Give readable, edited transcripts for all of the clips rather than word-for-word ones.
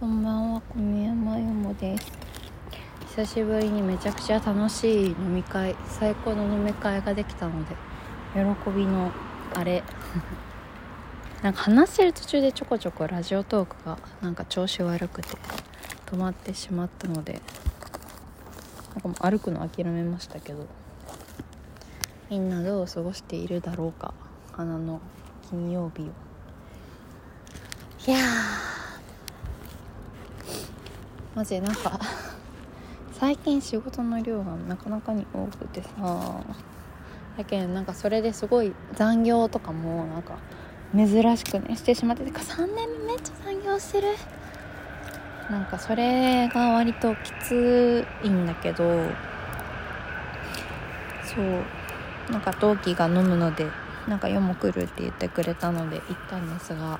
こんばんは、小宮山よもです。久しぶりにめちゃくちゃ楽しい飲み会、最高の飲み会ができたので喜びのあれなんか話してる途中でちょこちょこラジオトークがなんか調子悪くて止まってしまったので、なんかもう歩くの諦めましたけど、みんなどう過ごしているだろうか。花の金曜日を。いやマジでなんか最近仕事の量がなかなかに多くてさ、だけどなんかそれですごい残業とかもなんか珍しくねしてしまって、てか3年目めっちゃ残業してる。なんかそれが割ときついんだけど、そうなんか同期が飲むのでなんか夜も来るって言ってくれたので行ったんですが、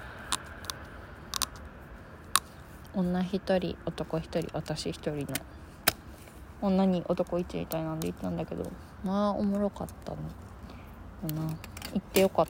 女一人男一人私一人の女に男1みたいなんで行ったんだけど、まあおもろかったのな。行ってよかった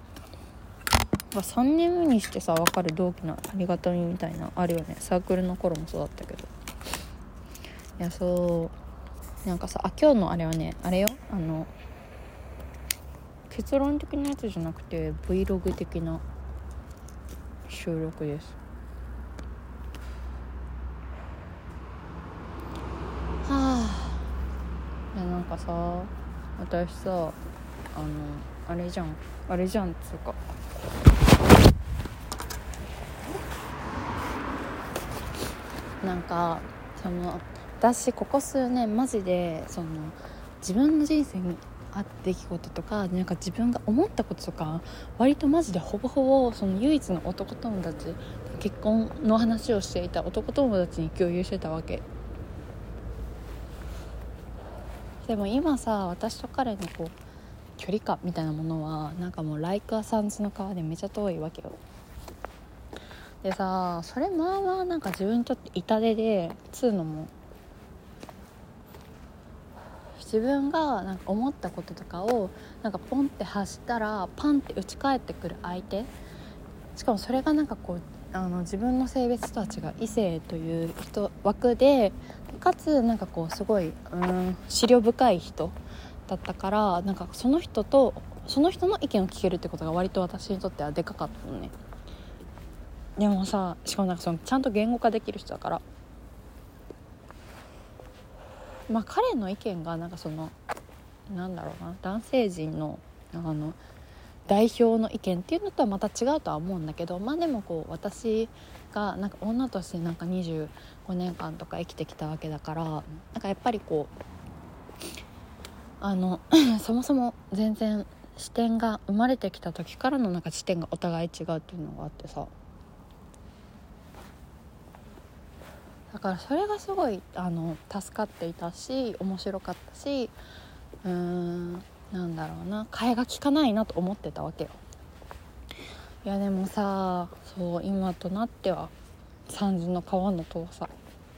。3年目にしてさ分かる同期のありがたみみたいなあるよね。サークルの頃もそうだったけど、いやそうなんかさ、今日のあれはね、あれよ、結論的なやつじゃなくて Vlog 的な収録です。いやなんかさ、私さあれじゃんっつうか、なんか私ここ数年マジで自分の人生にあった出来事とか、なんか自分が思ったこととか割とマジでほぼほぼ唯一の男友達、結婚の話をしていた男友達に共有してたわけ。でも今さ、私と彼の距離感みたいなものはなんかもうライクアサンズの川でめちゃ遠いわけよ。でさ、それまあまあなんか自分にとって痛手でつうのも、自分がなんか思ったこととかをなんかポンって発したらパンって打ち返ってくる相手、しかもそれがなんか自分の性別とは違う異性という人枠で、かつなんかすごい思慮深い人だったから、なんかその人の意見を聞けるってことが割と私にとってはでかかったのね。でもさ、しかもなんかちゃんと言語化できる人だから、まあ彼の意見がなんかなんだろうな、男性陣の代表の意見っていうのとはまた違うとは思うんだけど、まあでも私がなんか女としてなんか25年間とか生きてきたわけだから、なんかやっぱりそもそも全然視点が生まれてきた時からのなんか視点がお互い違うっていうのがあってさ、だからそれがすごい助かっていたし面白かったし、なんだろうな、替えが利かないなと思ってたわけよ。いやでもさ、そう今となっては三途の川の遠さ。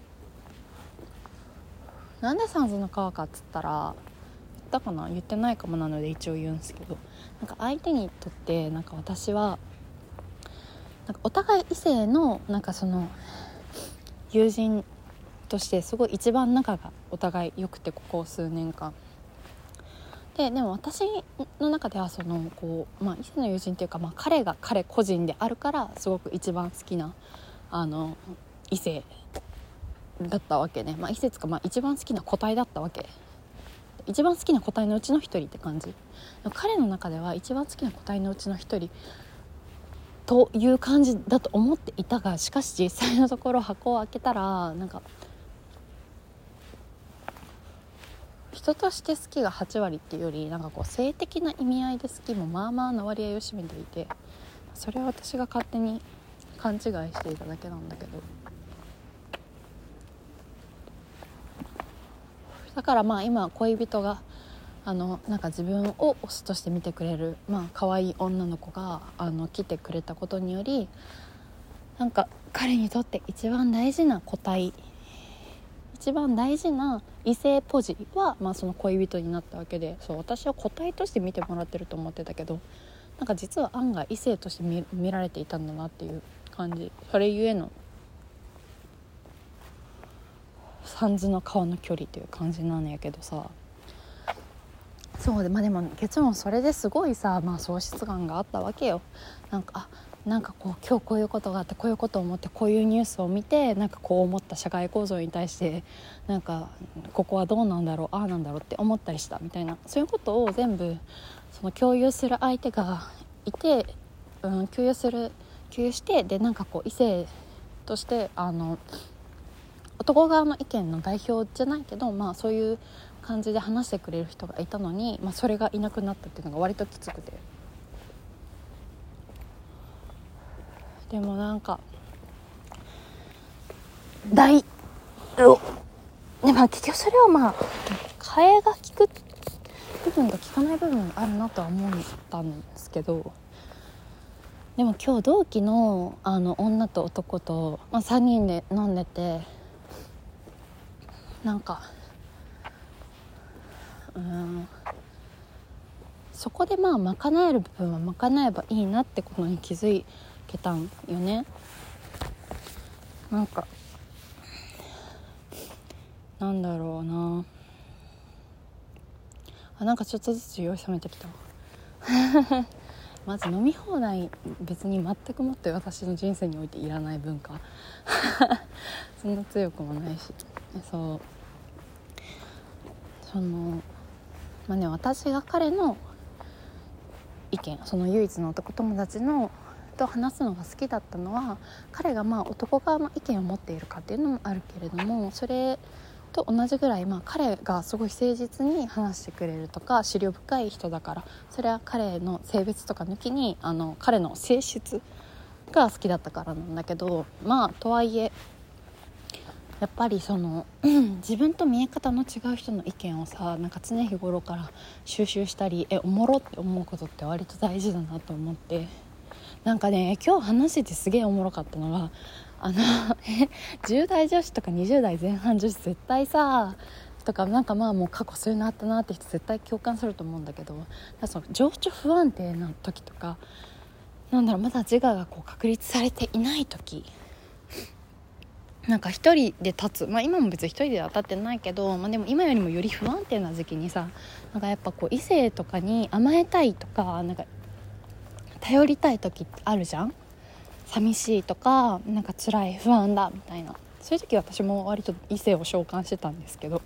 なんで三途の川かっつったら、言ったかな言ってないかもなので一応言うんですけど、なんか相手にとってなんか私はなんかお互い異性のなんか友人としてすごい一番仲がお互い良くて、ここ数年間でも私の中では異性の友人っていうか、彼が彼個人であるからすごく一番好きな異性だったわけね。異性つか、一番好きな個体だったわけ。一番好きな個体のうちの一人って感じ。彼の中では一番好きな個体のうちの一人という感じだと思っていたが、しかし実際のところ箱を開けたら、なんか人として好きが8割っていうより、なんか性的な意味合いで好きもまあまあな割合を占めていて、それは私が勝手に勘違いしていただけなんだけど、だから今恋人がなんか自分をオスとして見てくれる可愛い女の子が来てくれたことにより、なんか彼にとって一番大事な個体、一番大事な異性ポジは、その恋人になったわけで、そう私は個体として見てもらってると思ってたけど、なんか実は案外異性として見られていたんだなっていう感じ。それゆえの三途の川の距離という感じなんやけどさ、そうで、でも結論それですごいさ、喪失感があったわけよ。なんかこう今日こういうことがあって、こういうことを思って、こういうニュースを見て、なんかこう思った社会構造に対して、なんかここはどうなんだろう、ああなんだろうって思ったりしたみたいな、そういうことを全部その共有する相手がいて、共有して、でなんかこう異性として男側の意見の代表じゃないけど、そういう感じで話してくれる人がいたのに、それがいなくなったっていうのが割ときつくて、でもなんかでも結局それを替えが利く部分と利かない部分があるなとは思ったんですけど、でも今日同期の女と男と、3人で飲んでて、なんかそこで賄える部分は賄えばいいなってことに気づけたんよね。なんだろうな、なんかちょっとずつ酔い冷めてきたまず飲み放題、別に全くもって私の人生においていらない文化そんな強くもないし、私が彼の意見、その唯一の男友達のと話すのが好きだったのは、彼が男側の意見を持っているかっていうのもあるけれども、それと同じぐらい、彼がすごい誠実に話してくれるとか、思慮深い人だから、それは彼の性別とか抜きに彼の性質が好きだったからなんだけど、とはいえやっぱり自分と見え方の違う人の意見をさ、なんか常日頃から収集したり、おもろって思うことって割と大事だなと思って、なんかね、今日話しててすげえおもろかったのが、10代女子とか20代前半女子絶対さとか、もう過去そういうのあったなって人絶対共感すると思うんだけど、その情緒不安定な時とか、まだ自我がこう確立されていない時、なんか一人で立つ、今も別に一人では立ってないけど、でも今よりもより不安定な時期にさ、なんかやっぱこう異性とかに甘えたいとか、なんか頼りたい時ってあるじゃん。寂しいとか、なんか辛い、不安だみたいな、そういう時私も割と異性を召喚してたんですけど、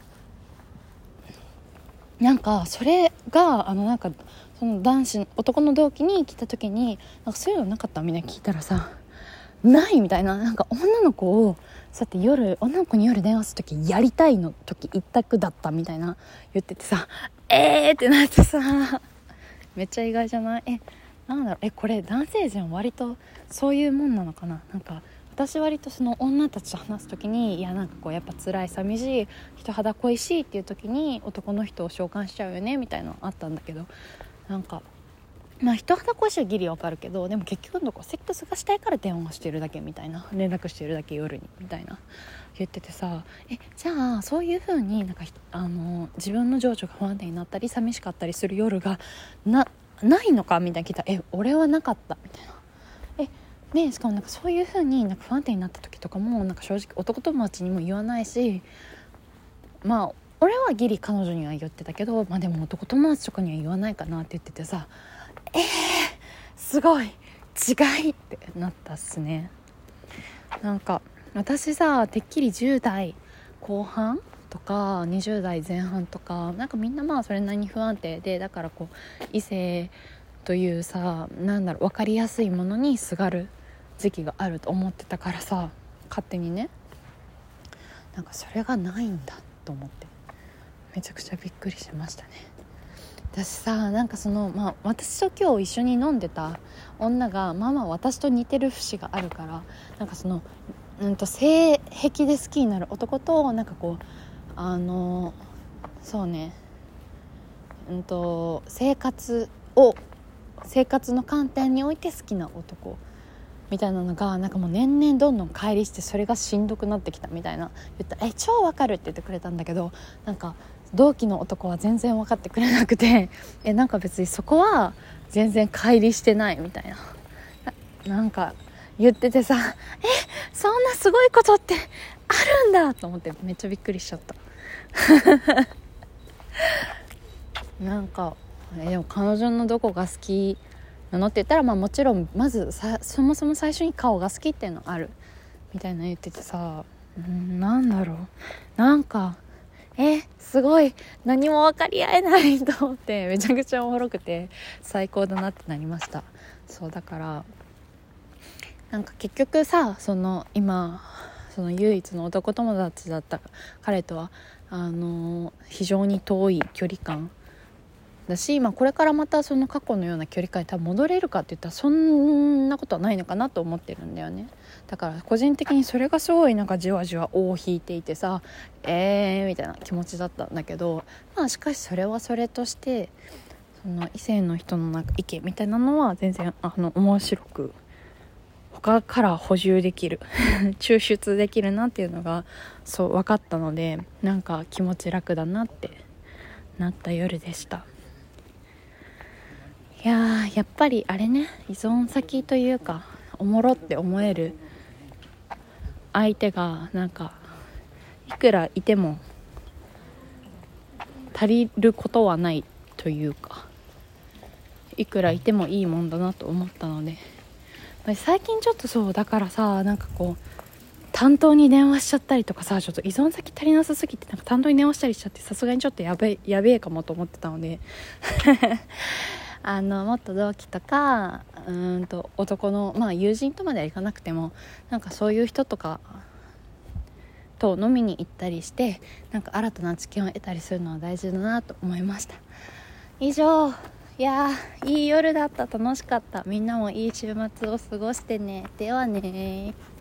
なんかそれがその男の同期に来た時に、なんかそういうのなかった？みんな聞いたらさ、ないみたいな、なんか女の子に夜電話する時やりたいの時一択だったみたいな言っててさ、ってなってさ、めっちゃ意外じゃない？なんだろう、これ男性陣割とそういうもんなのかな。なんか私割とその女たちと話す時に、なんかこうやっぱ辛い、寂しい、人肌恋しいっていう時に男の人を召喚しちゃうよねみたいなのあったんだけど、なんか人肌恋しいはギリわかるけど、でも結局のとこセックスがしたいから電話してるだけみたいな、連絡してるだけ夜にみたいな言っててさ、じゃあそういう風になんか自分の情緒が不安定になったり寂しかったりする夜がないのかみたいな聞いたら、俺はなかったみたいな。でしかもなんかそういう風になんか不安定になった時とかも、なんか正直男友達にも言わないし、俺はギリ彼女には言ってたけど、でも男友達とかには言わないかなって言っててさ、すごい違いってなったっすね。なんか私さ、てっきり10代後半とか20代前半とか、なんかみんなそれなりに不安定で、だからこう異性というさ、分かりやすいものにすがる時期があると思ってたからさ、勝手にね、なんかそれがないんだと思って、めちゃくちゃびっくりしましたね。私さ、なんか私と今日一緒に飲んでた女が私と似てる節があるから、なんか性癖で好きになる男と、なんかこうそうね、生活の観点において好きな男みたいなのが、なんかもう年々どんどん乖離して、それがしんどくなってきたみたいな言ったら、超わかるって言ってくれたんだけど、なんか同期の男は全然分かってくれなくて、なんか別にそこは全然乖離してないみたいな、なんか言っててさ、そんなすごいことってあるんだと思ってめっちゃびっくりしちゃったなんかでも彼女のどこが好きなのって言ったら、もちろんまずそもそも最初に顔が好きっていうのあるみたいな言っててさ、なんだろう、なんかすごい何も分かり合えないと思ってめちゃくちゃおもろくて最高だなってなりました。そうだからなんか結局さ、今その唯一の男友達だった彼とは非常に遠い距離感だし、これからまたその過去のような距離感に多分戻れるかって言ったらそんなことはないのかなと思ってるんだよね。だから個人的にそれがすごいなんかじわじわ尾を引いていてさ、みたいな気持ちだったんだけど、しかしそれはそれとしてその異性の人のなんか意見みたいなのは全然面白く他から補充できる抽出できるなっていうのがそう分かったので、なんか気持ち楽だなってなった夜でした。いややっぱりあれね、依存先というかおもろって思える相手がなんかいくらいても足りることはないというか、いくらいてもいいもんだなと思ったので、最近ちょっとそうだからさ、なんかこう担当に電話しちゃったりとかさ、ちょっと依存先足りなさすぎてなんか担当に電話したりしちゃって、さすがにちょっとやべえかもと思ってたのでもっと同期とか男の、友人とまではいかなくてもなんかそういう人とかと飲みに行ったりして、なんか新たな知見を得たりするのは大事だなと思いました。以上、いやいい夜だった、楽しかった。みんなもいい週末を過ごしてね。ではね。